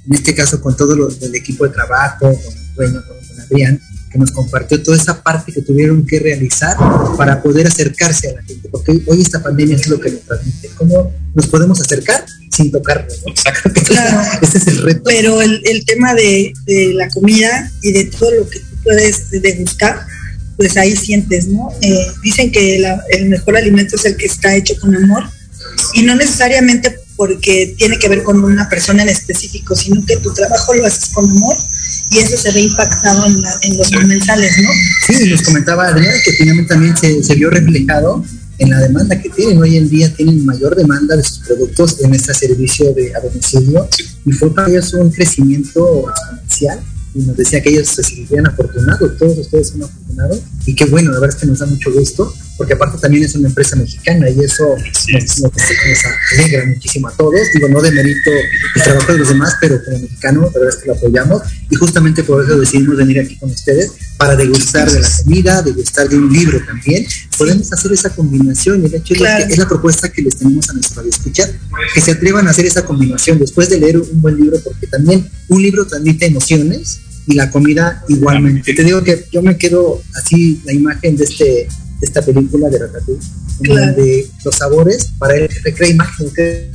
en este caso con todo el equipo de trabajo, con el dueño, con Adrián, que nos compartió toda esa parte que tuvieron que realizar para poder acercarse a la gente, porque hoy esta pandemia es lo que nos transmite, cómo nos podemos acercar sin tocarlo, ¿no?
Exacto.
Claro.
Ese es el reto.
Pero el tema de la comida y de todo lo que tú puedes degustar, pues ahí sientes, ¿no? Dicen que el mejor alimento es el que está hecho con amor, y no necesariamente porque tiene que ver con una persona en específico, sino que tu trabajo lo haces con amor y eso se ve impactado en los comensales, ¿no?
Sí, nos comentaba Adrián que finalmente también se vio reflejado en la demanda que tienen. Hoy en día tienen mayor demanda de sus productos en este servicio a domicilio, y fue para ellos un crecimiento exponencial, y nos decía que ellos se sentían afortunados, todos ustedes son afortunados, y qué bueno, la verdad es que nos da mucho gusto, porque aparte también es una empresa mexicana y eso nos alegra muchísimo a todos. Digo, no demerito el trabajo de los demás, pero como mexicano la verdad es que lo apoyamos, y justamente por eso decidimos venir aquí con ustedes para degustar de la comida, degustar de un libro también. Podemos hacer esa combinación, y de hecho es la propuesta que les tenemos a nuestra escuchar, que se atrevan a hacer esa combinación después de leer un buen libro, porque también un libro transmite emociones y la comida igualmente. Te digo que yo me quedo así, la imagen de esta película de Ratatouille, claro, de los sabores, para él recrea imagen, de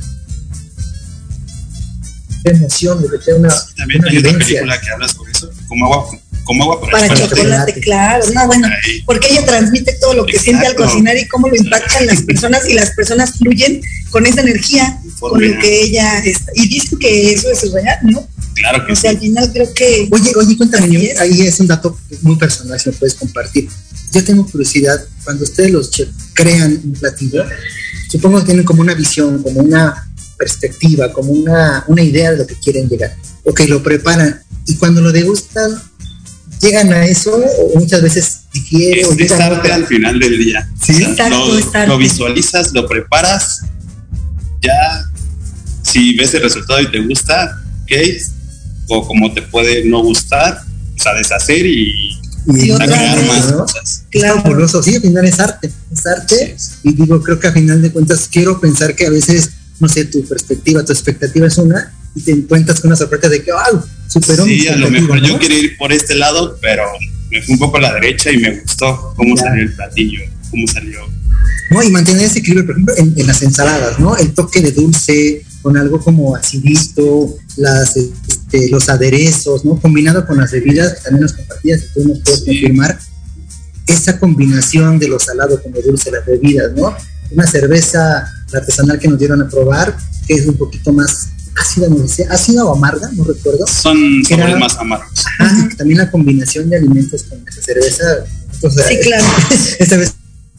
emoción, de recrea una
también hay otra película que habla sobre eso, como agua
para chocolate, claro, no, bueno, porque ella transmite todo lo que siente al cocinar y cómo lo impactan las personas, y las personas fluyen con esa energía, con lo que ella está, y dicen que eso es real, ¿no?
Claro que
o sea, al final creo que...
Oye, cuéntame, ahí es un dato muy personal, si lo puedes compartir. Yo tengo curiosidad, cuando ustedes los chefs crean un platillo, supongo que tienen como una visión, como una perspectiva, como una idea de lo que quieren llegar. Ok, lo preparan, y cuando lo degustan, llegan a eso, o muchas veces difiere.
Es arte al final del día.
Sí,
lo visualizas, lo preparas, ya, si ves el resultado y te gusta, ok, o como te puede no gustar, o sea, deshacer y crear más cosas.
Claro. Es fabuloso, sí, al final es arte, sí. Y digo, creo que a final de cuentas quiero pensar que a veces, no sé, tu perspectiva, tu expectativa es una, y te encuentras con una sorpresa de que, wow, superó mi expectativa.
Sí, a lo mejor, ¿no? Yo quería ir por este lado, pero me fui un poco a la derecha y me gustó cómo salió el platillo, cómo salió.
No, y mantener ese equilibrio, por ejemplo, en las ensaladas, ¿no? El toque de dulce con algo como acidito, los aderezos, ¿no? Combinado con las bebidas que también nos compartías, y tú nos puedes confirmar esa combinación de lo salado con lo dulce, las bebidas, ¿no? Una cerveza artesanal que nos dieron a probar, que es un poquito más ácida, no sé, ácida o amarga, no recuerdo.
Son sabores más amargos.
Ajá, y también la combinación de alimentos con la cerveza. Entonces,
sí, claro.
Esta vez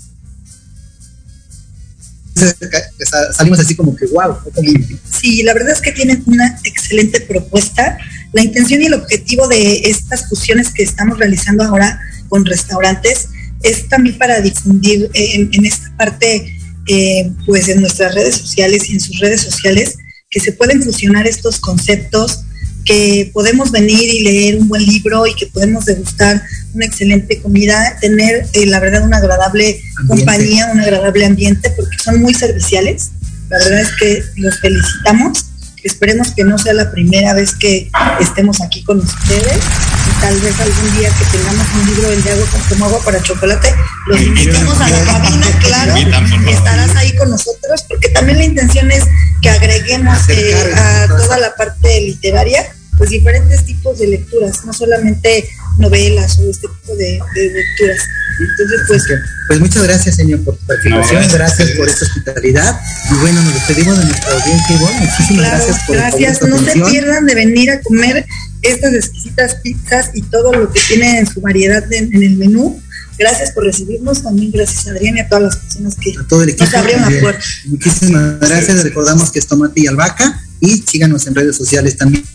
salimos así como que wow.
Sí, la verdad es que tienen una excelente propuesta. La intención y el objetivo de estas fusiones que estamos realizando ahora con restaurantes es también para difundir en esta parte, pues en nuestras redes sociales y en sus redes sociales, que se pueden fusionar estos conceptos, que podemos venir y leer un buen libro y que podemos degustar una excelente comida, tener la verdad una agradable compañía, un agradable ambiente, porque son muy serviciales. La verdad es que los felicitamos, esperemos que no sea la primera vez que estemos aquí con ustedes, y tal vez algún día que tengamos un libro de agua como agua para chocolate, los invitamos a la cabina, claro, estarás ahí con nosotros, porque también la intención es que agreguemos a toda la parte literaria, pues diferentes tipos de lecturas, no solamente novelas o este tipo de lecturas. Entonces,
pues muchas gracias, señor, por tu participación, gracias por esta hospitalidad, y bueno, nos despedimos de nuestra audiencia, Ivonne, muchísimas gracias por
no atención. Se pierdan de venir a comer estas exquisitas pizzas y todo lo que tiene en su variedad en el menú. Gracias por recibirnos, también gracias a Adrián y a todas las personas que
a todo el equipo,
nos abrieron la puerta.
Muchísimas gracias, recordamos que es Tomate y Albahaca, y síganos en redes sociales también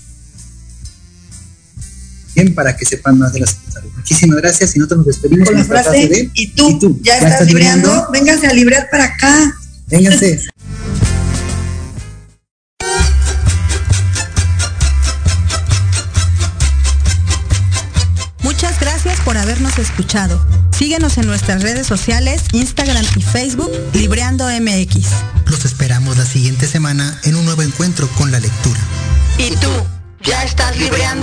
para que sepan más de las cosas. Muchísimas gracias, y nosotros nos despedimos
con la frase de ¿y tú ya estás libreando? Vénganse a librear para acá.
Vénganse.
Muchas gracias por habernos escuchado. Síguenos en nuestras redes sociales, Instagram y Facebook, Libreando MX.
Los esperamos la siguiente semana en un nuevo encuentro con la lectura.
¿Y tú ¿Ya estás libreando?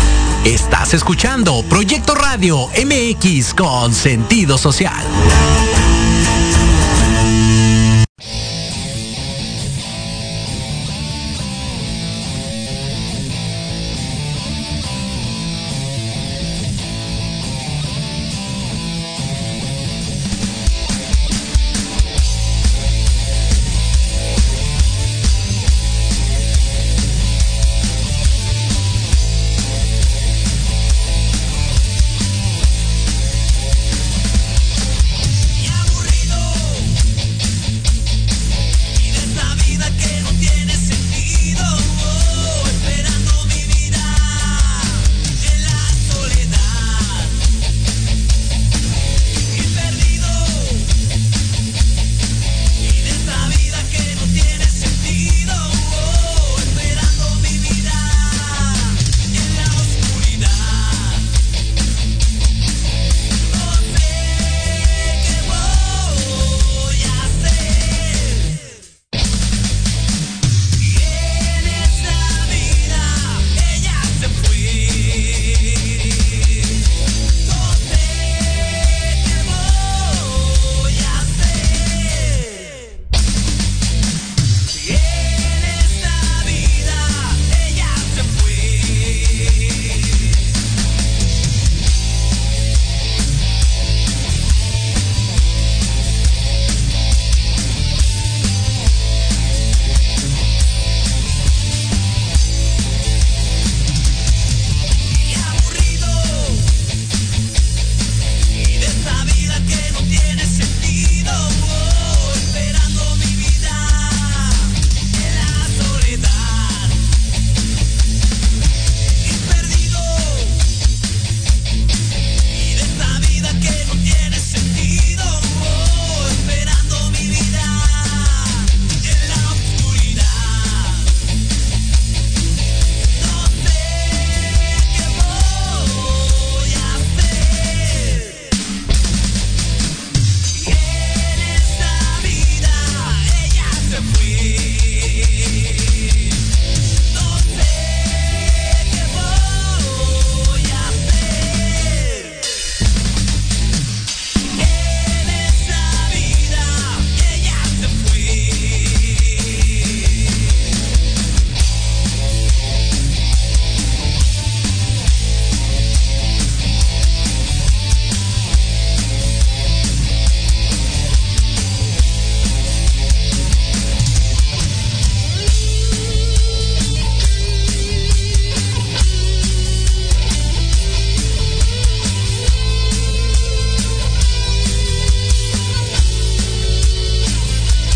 Estás escuchando Proyecto Radio MX con sentido social.